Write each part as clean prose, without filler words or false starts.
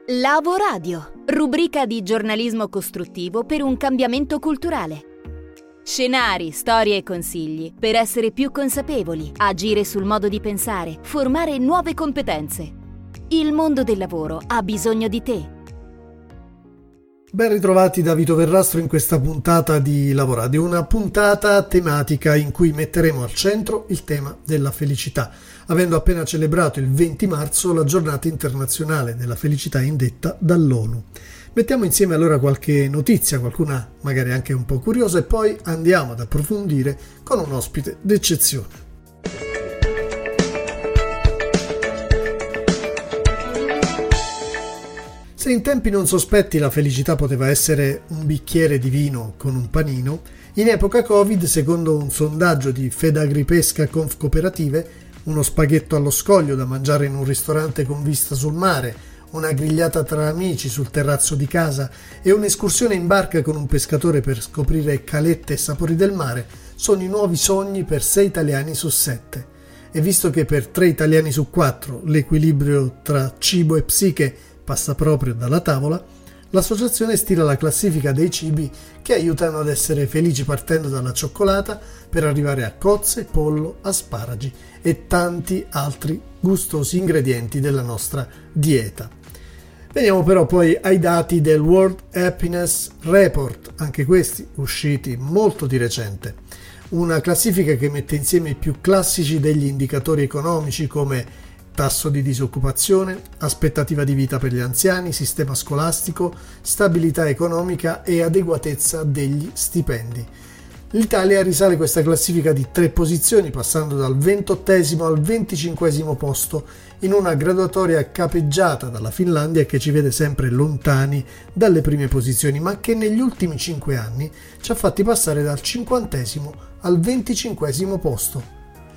Lavoradio, rubrica di giornalismo costruttivo per un cambiamento culturale. Scenari, storie e consigli per essere più consapevoli, agire sul modo di pensare, formare nuove competenze. Il mondo del lavoro ha bisogno di te. Ben ritrovati da Vito Verrastro in questa puntata di Lavoradio, una puntata tematica in cui metteremo al centro il tema della felicità, avendo appena celebrato il 20 marzo la giornata internazionale della felicità indetta dall'ONU. Mettiamo insieme allora qualche notizia, qualcuna magari anche un po' curiosa, e poi andiamo ad approfondire con un ospite d'eccezione. Se in tempi non sospetti la felicità poteva essere un bicchiere di vino con un panino, in epoca Covid, secondo un sondaggio di Fedagripesca Confcooperative, uno spaghetto allo scoglio da mangiare in un ristorante con vista sul mare, una grigliata tra amici sul terrazzo di casa e un'escursione in barca con un pescatore per scoprire calette e sapori del mare sono i nuovi sogni per 6 italiani su 7. E visto che per 3 italiani su 4 l'equilibrio tra cibo e psiche passa proprio dalla tavola, l'associazione stila la classifica dei cibi che aiutano ad essere felici, partendo dalla cioccolata per arrivare a cozze, pollo, asparagi e tanti altri gustosi ingredienti della nostra dieta. Veniamo però poi ai dati del World Happiness Report, anche questi usciti molto di recente. Una classifica che mette insieme i più classici degli indicatori economici come tasso di disoccupazione, aspettativa di vita per gli anziani, sistema scolastico, stabilità economica e adeguatezza degli stipendi. L'Italia risale questa classifica di 3 posizioni, passando dal 28° al 25° posto, in una graduatoria capeggiata dalla Finlandia che ci vede sempre lontani dalle prime posizioni, ma che negli ultimi 5 anni ci ha fatti passare dal 50° al 25° posto.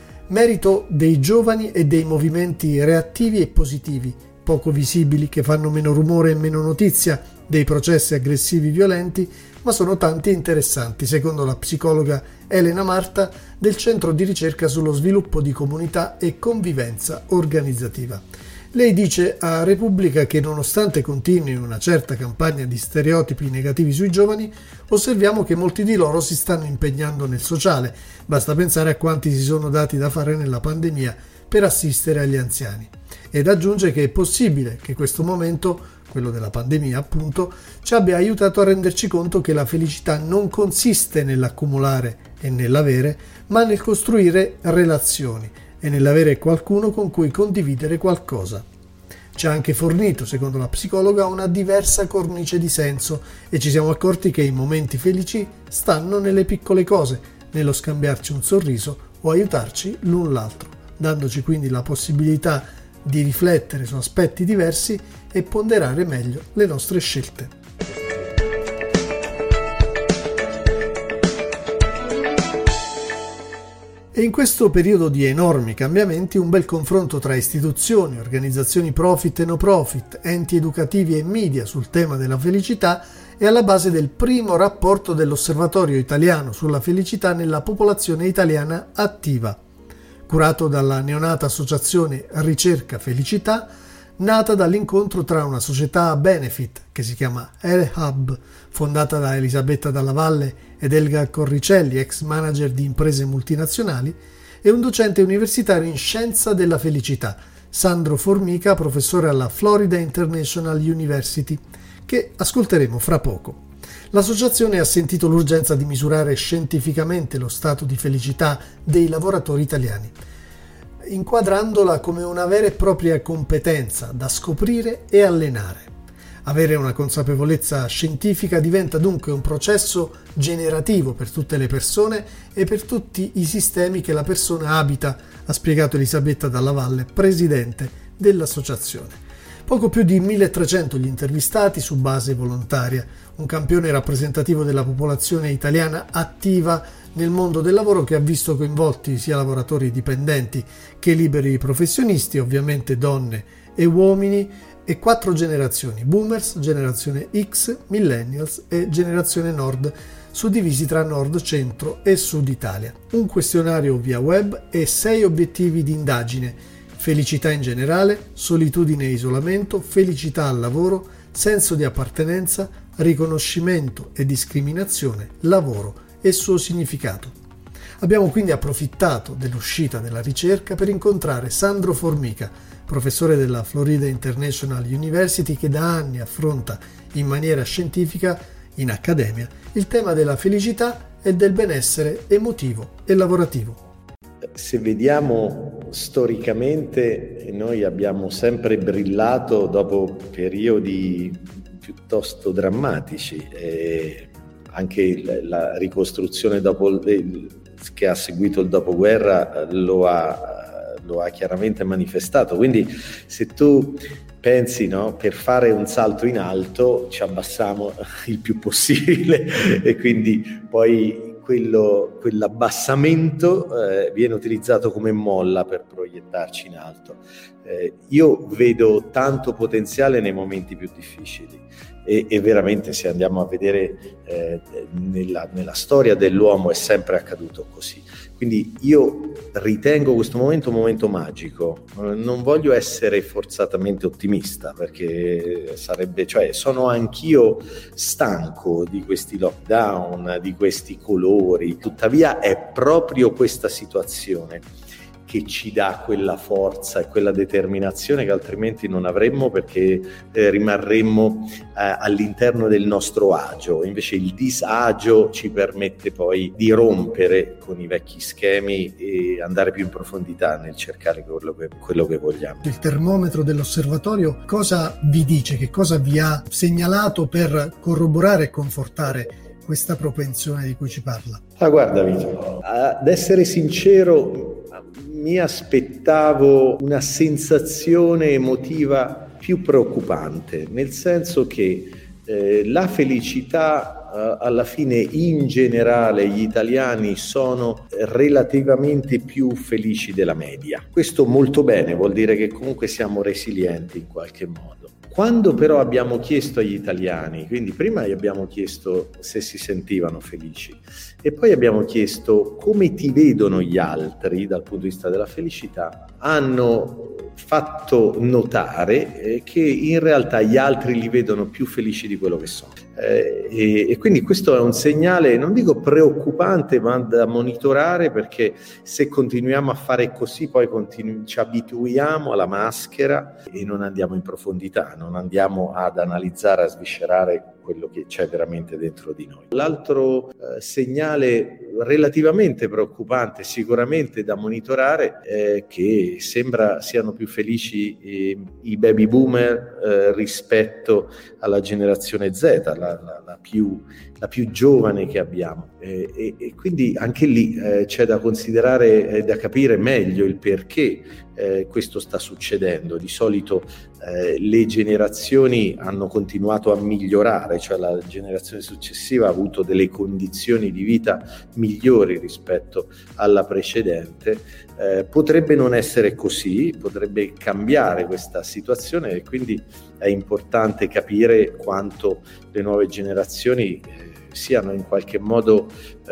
Merito dei giovani e dei movimenti reattivi e positivi, poco visibili, che fanno meno rumore e meno notizia dei processi aggressivi violenti, ma sono tanti e interessanti, secondo la psicologa Elena Marta del Centro di ricerca sullo sviluppo di comunità e convivenza organizzativa. Lei dice a Repubblica che nonostante continui una certa campagna di stereotipi negativi sui giovani, osserviamo che molti di loro si stanno impegnando nel sociale. Basta pensare a quanti si sono dati da fare nella pandemia per assistere agli anziani. Ed aggiunge che è possibile che questo momento, quello della pandemia appunto, ci abbia aiutato a renderci conto che la felicità non consiste nell'accumulare e nell'avere, ma nel costruire relazioni e nell'avere qualcuno con cui condividere qualcosa. Ci ha anche fornito, secondo la psicologa, una diversa cornice di senso e ci siamo accorti che i momenti felici stanno nelle piccole cose, nello scambiarci un sorriso o aiutarci l'un l'altro, dandoci quindi la possibilità di riflettere su aspetti diversi e ponderare meglio le nostre scelte. E in questo periodo di enormi cambiamenti un bel confronto tra istituzioni, organizzazioni profit e no profit, enti educativi e media sul tema della felicità è alla base del primo rapporto dell'Osservatorio Italiano sulla felicità nella popolazione italiana attiva, curato dalla neonata associazione Ricerca Felicità, nata dall'incontro tra una società a benefit che si chiama L-Hub, fondata da Elisabetta Dalla Valle ed Elga Corricelli, ex manager di imprese multinazionali, e un docente universitario in scienza della felicità, Sandro Formica, professore alla Florida International University, che ascolteremo fra poco. L'associazione ha sentito l'urgenza di misurare scientificamente lo stato di felicità dei lavoratori italiani, inquadrandola come una vera e propria competenza da scoprire e allenare. Avere una consapevolezza scientifica diventa dunque un processo generativo per tutte le persone e per tutti i sistemi che la persona abita, ha spiegato Elisabetta Dalla Valle, presidente dell'associazione. Poco più di 1300 gli intervistati su base volontaria, un campione rappresentativo della popolazione italiana attiva nel mondo del lavoro che ha visto coinvolti sia lavoratori dipendenti che liberi professionisti, ovviamente donne e uomini, e 4 generazioni: boomers, generazione X, millennials e generazione Nord, suddivisi tra Nord, Centro e Sud Italia. Un questionario via web e 6 obiettivi di indagine felicità in generale, solitudine e isolamento, felicità al lavoro, senso di appartenenza, riconoscimento e discriminazione, lavoro e suo significato. Abbiamo quindi approfittato dell'uscita della ricerca per incontrare Sandro Formica, professore della Florida International University, che da anni affronta in maniera scientifica, in accademia, il tema della felicità e del benessere emotivo e lavorativo. Se vediamo storicamente, noi abbiamo sempre brillato dopo periodi piuttosto drammatici, anche la ricostruzione che ha seguito il dopoguerra lo ha chiaramente manifestato. Quindi se tu pensi, no, per fare un salto in alto ci abbassiamo il più possibile e quindi poi quell'abbassamento viene utilizzato come molla per proiettarci in alto. Io vedo tanto potenziale nei momenti più difficili e veramente, se andiamo a vedere nella storia dell'uomo, è sempre accaduto così. Quindi io ritengo questo momento un momento magico. Non voglio essere forzatamente ottimista, perché sono anch'io stanco di questi lockdown, di questi colori. Tuttavia è proprio questa situazione che ci dà quella forza e quella determinazione che altrimenti non avremmo, perché rimarremmo all'interno del nostro agio. Invece il disagio ci permette poi di rompere con i vecchi schemi e andare più in profondità nel cercare quello che vogliamo. Il termometro dell'osservatorio cosa vi dice? Che cosa vi ha segnalato per corroborare e confortare questa propensione di cui ci parla? Guarda Vito, ad essere sincero, mi aspettavo una sensazione emotiva più preoccupante, nel senso che la felicità, alla fine, in generale gli italiani sono relativamente più felici della media. Questo molto bene, vuol dire che comunque siamo resilienti in qualche modo. Quando però abbiamo chiesto agli italiani, quindi prima gli abbiamo chiesto se si sentivano felici e poi abbiamo chiesto come ti vedono gli altri dal punto di vista della felicità, hanno fatto notare che in realtà gli altri li vedono più felici di quello che sono. E quindi questo è un segnale, non dico preoccupante, ma da monitorare, perché se continuiamo a fare così poi ci abituiamo alla maschera e non andiamo in profondità, non andiamo ad analizzare, a sviscerare quello che c'è veramente dentro di noi. L'altro segnale relativamente preoccupante, sicuramente da monitorare, è che sembra siano più felici i baby boomer rispetto alla generazione Z, la più giovane che abbiamo, e quindi anche lì c'è da considerare e da capire meglio il perché questo sta succedendo. Di solito le generazioni hanno continuato a migliorare, cioè la generazione successiva ha avuto delle condizioni di vita migliori rispetto alla precedente. Potrebbe non essere così, potrebbe cambiare questa situazione, e quindi è importante capire quanto le nuove generazioni siano in qualche modo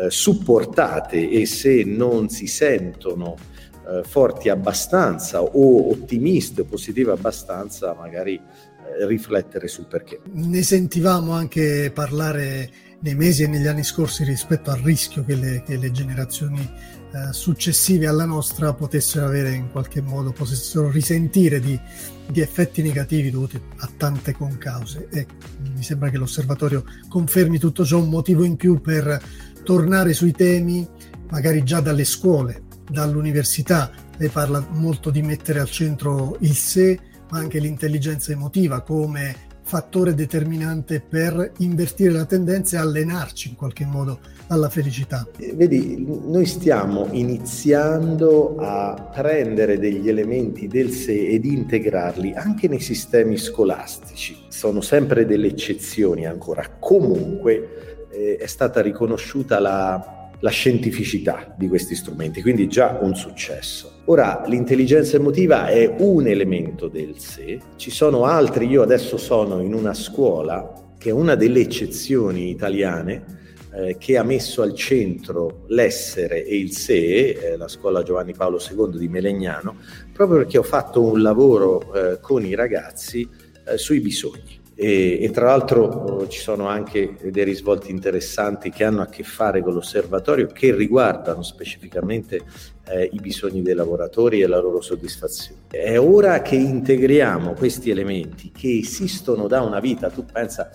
supportate, e se non si sentono forti abbastanza o ottimiste o positive abbastanza, magari riflettere sul perché. Ne sentivamo anche parlare nei mesi e negli anni scorsi rispetto al rischio che le generazioni successive alla nostra potessero avere, in qualche modo potessero risentire di effetti negativi dovuti a tante concause, e mi sembra che l'osservatorio confermi tutto ciò, un motivo in più per tornare sui temi magari già dalle scuole, dall'università. Lei parla molto di mettere al centro il sé, ma anche l'intelligenza emotiva come fattore determinante per invertire la tendenza e allenarci in qualche modo alla felicità. Vedi, noi stiamo iniziando a prendere degli elementi del sé ed integrarli anche nei sistemi scolastici. Sono sempre delle eccezioni ancora. Comunque è stata riconosciuta la scientificità di questi strumenti, quindi già un successo. Ora, l'intelligenza emotiva è un elemento del sé, ci sono altri. Io adesso sono in una scuola che è una delle eccezioni italiane, che ha messo al centro l'essere e il sé, la scuola Giovanni Paolo II di Melegnano, proprio perché ho fatto un lavoro con i ragazzi sui bisogni. E tra l'altro ci sono anche dei risvolti interessanti che hanno a che fare con l'osservatorio, che riguardano specificamente i bisogni dei lavoratori e la loro soddisfazione. È ora che integriamo questi elementi che esistono da una vita. Tu pensa,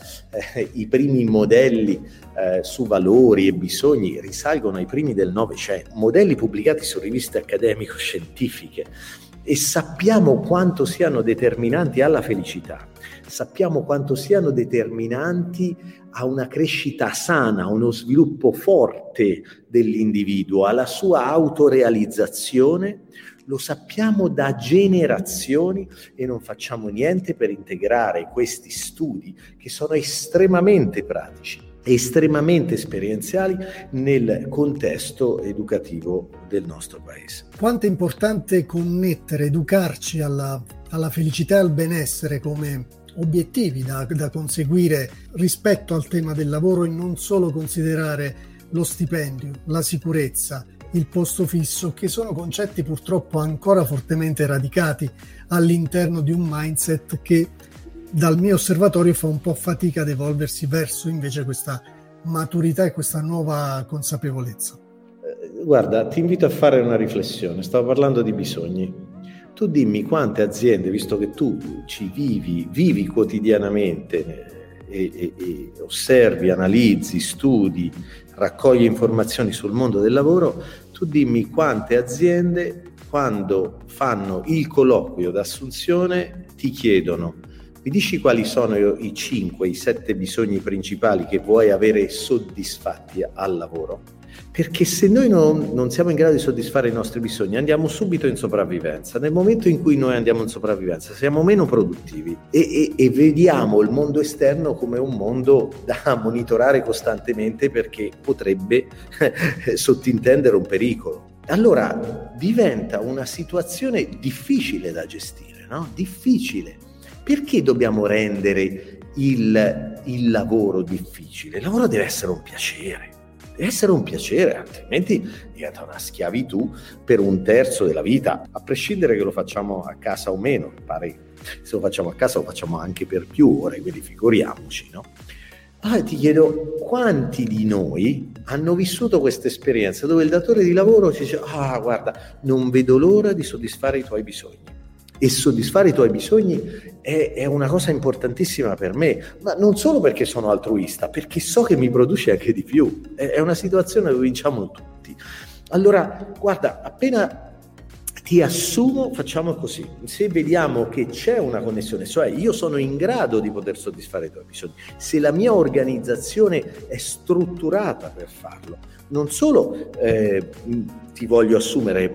i primi modelli su valori e bisogni risalgono ai primi del Novecento, modelli pubblicati su riviste accademico-scientifiche, e sappiamo quanto siano determinanti alla felicità. Sappiamo quanto siano determinanti a una crescita sana, a uno sviluppo forte dell'individuo, alla sua autorealizzazione. Lo sappiamo da generazioni e non facciamo niente per integrare questi studi che sono estremamente pratici, estremamente esperienziali nel contesto educativo del nostro paese. Quanto è importante connettere, educarci alla felicità e al benessere come obiettivi da conseguire rispetto al tema del lavoro, e non solo considerare lo stipendio, la sicurezza, il posto fisso, che sono concetti purtroppo ancora fortemente radicati all'interno di un mindset che dal mio osservatorio fa un po' fatica ad evolversi verso invece questa maturità e questa nuova consapevolezza. Guarda, ti invito a fare una riflessione. Stavo parlando di bisogni. Tu dimmi quante aziende, visto che tu ci vivi quotidianamente e osservi, analizzi, studi, raccogli informazioni sul mondo del lavoro, tu dimmi quante aziende, quando fanno il colloquio d'assunzione, ti chiedono: mi dici quali sono i 5, i 7 bisogni principali che vuoi avere soddisfatti al lavoro? Perché se noi non siamo in grado di soddisfare i nostri bisogni, andiamo subito in sopravvivenza. Nel momento in cui noi andiamo in sopravvivenza, siamo meno produttivi e vediamo il mondo esterno come un mondo da monitorare costantemente, perché potrebbe sottintendere un pericolo. Allora diventa una situazione difficile da gestire, no? Difficile. Perché dobbiamo rendere il lavoro difficile? Il lavoro deve essere un piacere. Deve essere un piacere, altrimenti diventa una schiavitù per un terzo della vita, a prescindere che lo facciamo a casa o meno. Pare se lo facciamo a casa lo facciamo anche per più ore, quindi figuriamoci, no? Allora ti chiedo, quanti di noi hanno vissuto questa esperienza dove il datore di lavoro ci dice: guarda, non vedo l'ora di soddisfare i tuoi bisogni. E soddisfare i tuoi bisogni è una cosa importantissima per me, ma non solo perché sono altruista, perché so che mi produce anche di più. È una situazione dove vinciamo tutti. Allora, guarda, appena ti assumo, facciamo così: se vediamo che c'è una connessione, cioè io sono in grado di poter soddisfare i tuoi bisogni, se la mia organizzazione è strutturata per farlo, non solo ti voglio assumere,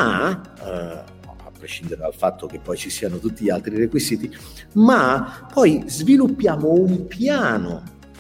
ma a prescindere dal fatto che poi ci siano tutti gli altri requisiti, ma poi sviluppiamo un piano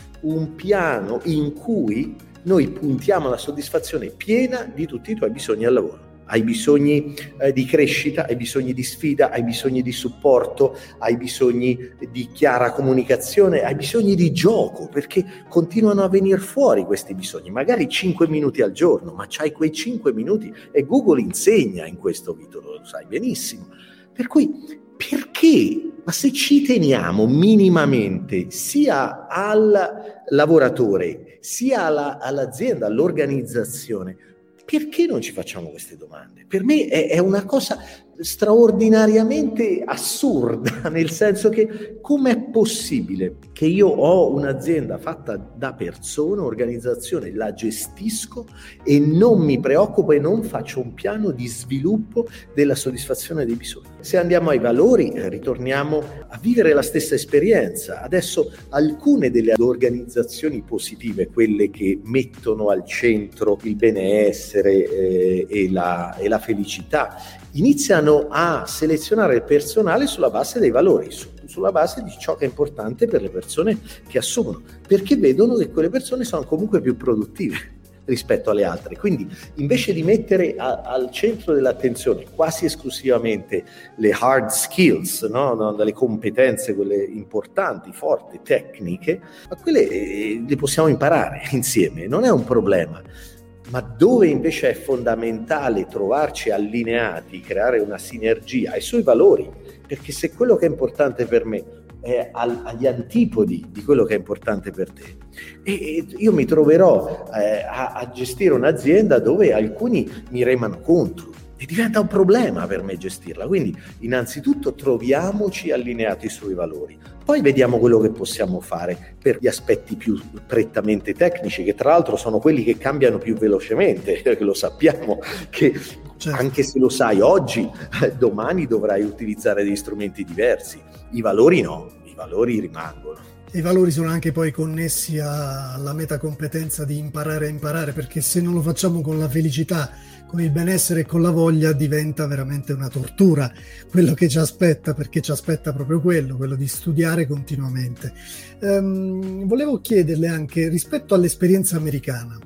in cui noi puntiamo alla soddisfazione piena di tutti i tuoi bisogni al lavoro. Hai bisogni di crescita, hai bisogni di sfida, hai bisogni di supporto, hai bisogni di chiara comunicazione, hai bisogni di gioco, perché continuano a venire fuori questi bisogni, magari 5 minuti al giorno, ma c'hai quei 5 minuti e Google insegna in questo video, lo sai benissimo. Per cui perché? Ma se ci teniamo minimamente sia al lavoratore, sia all'azienda, all'organizzazione, perché non ci facciamo queste domande? Per me è una cosa straordinariamente assurda, nel senso che com'è possibile che io ho un'azienda fatta da persone, un'organizzazione, la gestisco e non mi preoccupo e non faccio un piano di sviluppo della soddisfazione dei bisogni. Se andiamo ai valori, ritorniamo a vivere la stessa esperienza. Adesso alcune delle organizzazioni positive, quelle che mettono al centro il benessere e la felicità, iniziano a selezionare il personale sulla base dei valori, sulla base di ciò che è importante per le persone che assumono, perché vedono che quelle persone sono comunque più produttive. rispetto alle altre. Quindi invece di mettere al centro dell'attenzione quasi esclusivamente le hard skills, no? Le competenze, quelle importanti, forti, tecniche, ma quelle le possiamo imparare insieme, non è un problema. Ma dove invece è fondamentale trovarci allineati, creare una sinergia, è sui valori, perché se quello che è importante per me è agli antipodi di quello che è importante per te, e io mi troverò a gestire un'azienda dove alcuni mi remano contro e diventa un problema per me gestirla. Quindi innanzitutto troviamoci allineati sui valori, poi vediamo quello che possiamo fare per gli aspetti più prettamente tecnici, che tra l'altro sono quelli che cambiano più velocemente, lo sappiamo che certo. Anche se lo sai oggi, domani dovrai utilizzare degli strumenti diversi. I valori no, i valori rimangono. I valori sono anche poi connessi alla metacompetenza di imparare a imparare, perché se non lo facciamo con la felicità, con il benessere e con la voglia, diventa veramente una tortura quello che ci aspetta, perché ci aspetta proprio quello di studiare continuamente. Volevo chiederle anche, rispetto all'esperienza americana,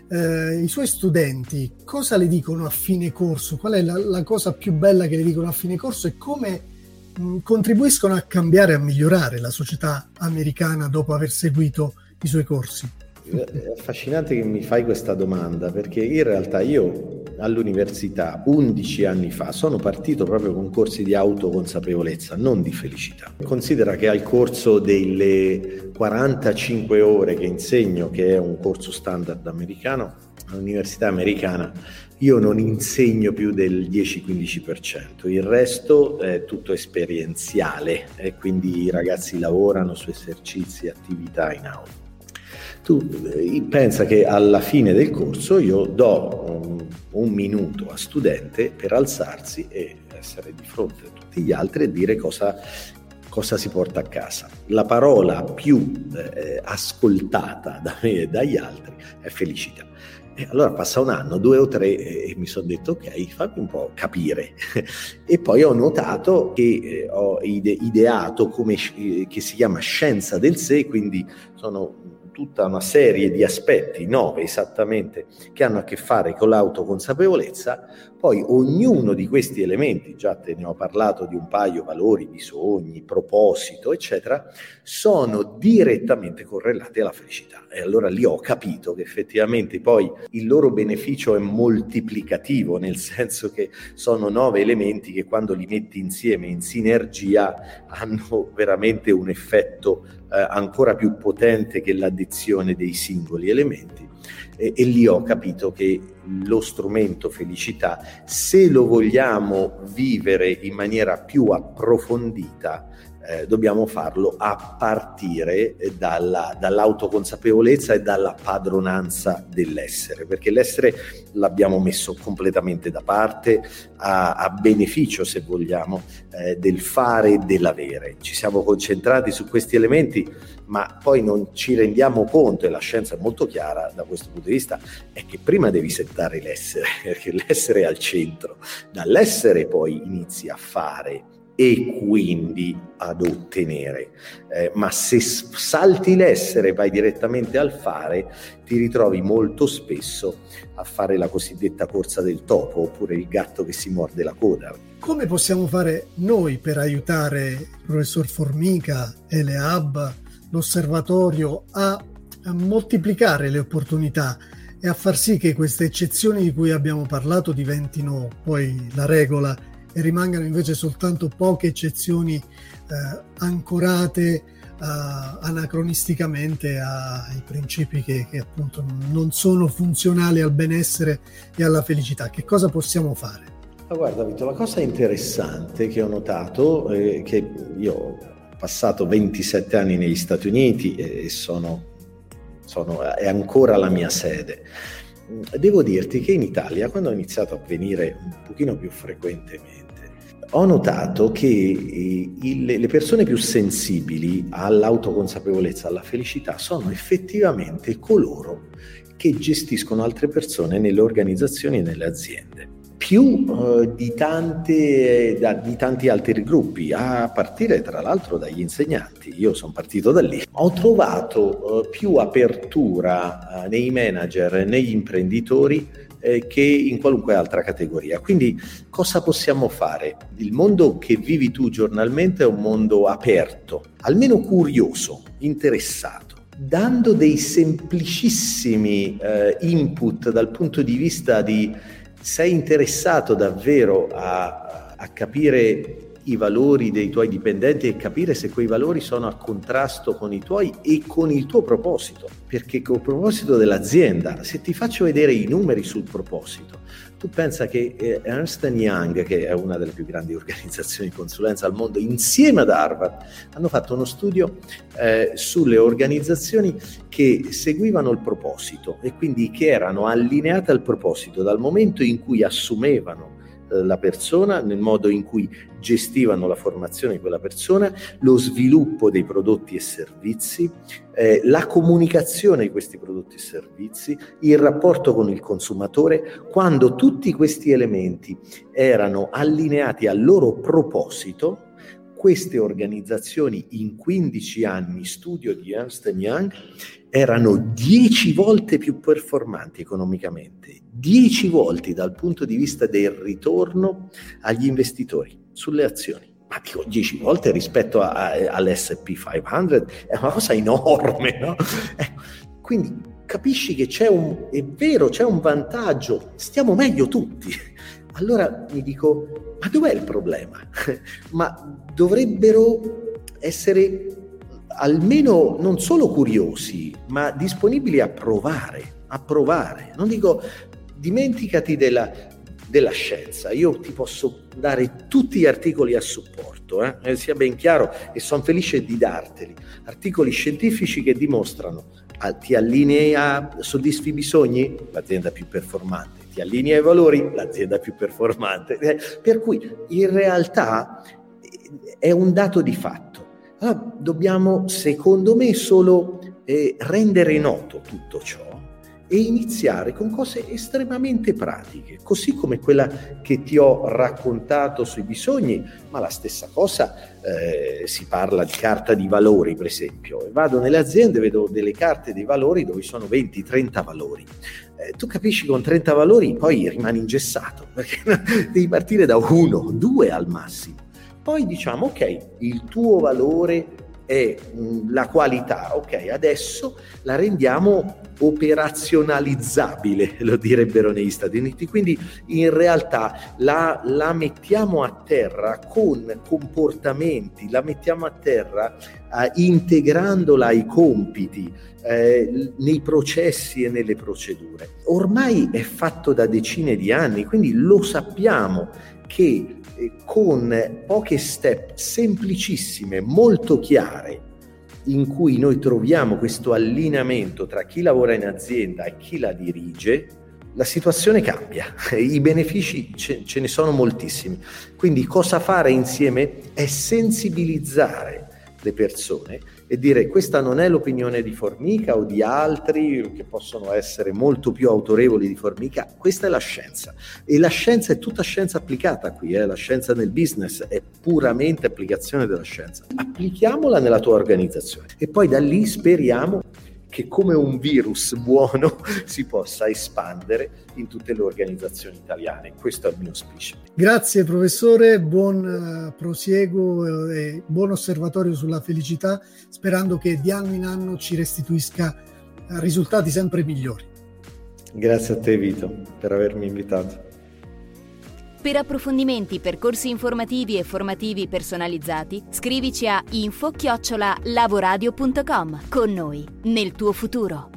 i suoi studenti cosa le dicono a fine corso? Qual è la cosa più bella che le dicono a fine corso e come contribuiscono a cambiare, a migliorare la società americana dopo aver seguito i suoi corsi? È affascinante che mi fai questa domanda, perché in realtà io all'università 11 anni fa sono partito proprio con corsi di autoconsapevolezza, non di felicità. Considera che al corso delle 45 ore che insegno, che è un corso standard americano, all'università americana, io non insegno più del 10-15%, il resto è tutto esperienziale e quindi i ragazzi lavorano su esercizi e attività in aula. Tu pensa che alla fine del corso io do un minuto a studente per alzarsi e essere di fronte a tutti gli altri e dire cosa si porta a casa. La parola più ascoltata da me e dagli altri è felicità. E allora passa un anno, 2 o 3 e mi sono detto ok, fammi un po' capire. E poi ho notato che ho ideato che si chiama scienza del sé, quindi sono tutta una serie di aspetti, 9 esattamente, che hanno a che fare con l'autoconsapevolezza. Poi ognuno di questi elementi, già te ne ho parlato di un paio, valori, bisogni, proposito, eccetera, sono direttamente correlati alla felicità. E allora lì ho capito che effettivamente poi il loro beneficio è moltiplicativo, nel senso che sono 9 elementi che quando li metti insieme in sinergia hanno veramente un effetto ancora più potente che l'addizione dei singoli elementi. E lì ho capito che lo strumento felicità, se lo vogliamo vivere in maniera più approfondita, dobbiamo farlo a partire dall'autoconsapevolezza e dalla padronanza dell'essere, perché l'essere l'abbiamo messo completamente da parte a beneficio, se vogliamo, del fare e dell'avere. Ci siamo concentrati su questi elementi, ma poi non ci rendiamo conto, e la scienza è molto chiara da questo punto di vista, è che prima devi settare l'essere, perché l'essere è al centro. Dall'essere poi inizi a fare e quindi ad ottenere, ma se salti l'essere e vai direttamente al fare, ti ritrovi molto spesso a fare la cosiddetta corsa del topo, oppure il gatto che si morde la coda. Come possiamo fare noi per aiutare il professor Formica, Eleab, l'osservatorio a moltiplicare le opportunità e a far sì che queste eccezioni di cui abbiamo parlato diventino poi la regola e rimangano invece soltanto poche eccezioni ancorate anacronisticamente ai principi che appunto non sono funzionali al benessere e alla felicità? Che cosa possiamo fare? Ma guarda Vito, la cosa interessante che ho notato è che io ho passato 27 anni negli Stati Uniti e è ancora la mia sede. Devo dirti che in Italia, quando ho iniziato a venire un pochino più frequentemente, ho notato che le persone più sensibili all'autoconsapevolezza, alla felicità, sono effettivamente coloro che gestiscono altre persone nelle organizzazioni e nelle aziende. più di tanti altri gruppi, a partire tra l'altro dagli insegnanti. Io sono partito da lì. Ho trovato più apertura nei manager, negli imprenditori che in qualunque altra categoria. Quindi cosa possiamo fare? Il mondo che vivi tu giornalmente è un mondo aperto, almeno curioso, interessato, dando dei semplicissimi input dal punto di vista di sei interessato davvero a capire i valori dei tuoi dipendenti e capire se quei valori sono a contrasto con i tuoi e con il tuo proposito, perché col proposito dell'azienda, se ti faccio vedere i numeri sul proposito, tu pensa che Ernst & Young, che è una delle più grandi organizzazioni di consulenza al mondo, insieme ad Harvard, hanno fatto uno studio sulle organizzazioni che seguivano il proposito e quindi che erano allineate al proposito dal momento in cui assumevano la persona, nel modo in cui gestivano la formazione di quella persona, lo sviluppo dei prodotti e servizi, la comunicazione di questi prodotti e servizi, il rapporto con il consumatore. Quando tutti questi elementi erano allineati al loro proposito, queste organizzazioni in 15 anni studio di Ernst & Young erano 10 volte più performanti economicamente, 10 volte dal punto di vista del ritorno agli investitori sulle azioni. Ma dico 10 volte rispetto all'S&P 500, è una cosa enorme, no? Quindi capisci che c'è un vantaggio, stiamo meglio tutti. Allora mi dico, ma dov'è il problema? Ma dovrebbero essere almeno non solo curiosi, ma disponibili a provare. Non dico dimenticati della scienza, io ti posso dare tutti gli articoli a supporto, sia ben chiaro, e sono felice di darteli, articoli scientifici che dimostrano ti allinei soddisfi i bisogni, l'azienda più performante, ti allinei ai valori, l'azienda più performante, per cui in realtà è un dato di fatto. Allora, dobbiamo, secondo me, solo rendere noto tutto ciò e iniziare con cose estremamente pratiche, così come quella che ti ho raccontato sui bisogni, ma la stessa cosa si parla di carta di valori, per esempio. Vado nelle aziende, vedo delle carte dei valori dove sono 20-30 valori. Tu capisci, con 30 valori poi rimani ingessato, perché devi partire da 1, 2 al massimo. Poi diciamo, ok, il tuo valore è la qualità, ok, adesso la rendiamo operazionalizzabile, lo direbbero negli Stati Uniti, quindi in realtà la mettiamo a terra con comportamenti, la mettiamo a terra integrandola ai compiti, nei processi e nelle procedure. Ormai è fatto da decine di anni, quindi lo sappiamo che con poche step semplicissime, molto chiare, in cui noi troviamo questo allineamento tra chi lavora in azienda e chi la dirige, la situazione cambia, i benefici ce ne sono moltissimi. Quindi cosa fare insieme è sensibilizzare le persone e dire: questa non è l'opinione di Formica o di altri che possono essere molto più autorevoli di Formica, questa è la scienza, e la scienza è tutta scienza applicata qui, la scienza nel business è puramente applicazione della scienza. Applichiamola nella tua organizzazione e poi da lì speriamo che come un virus buono si possa espandere in tutte le organizzazioni italiane. Questo è il mio auspicio. Grazie professore, buon prosieguo e buon osservatorio sulla felicità, sperando che di anno in anno ci restituisca risultati sempre migliori. Grazie a te Vito per avermi invitato. Per approfondimenti, percorsi informativi e formativi personalizzati, scrivici a info@lavoradio.com. Con noi, nel tuo futuro.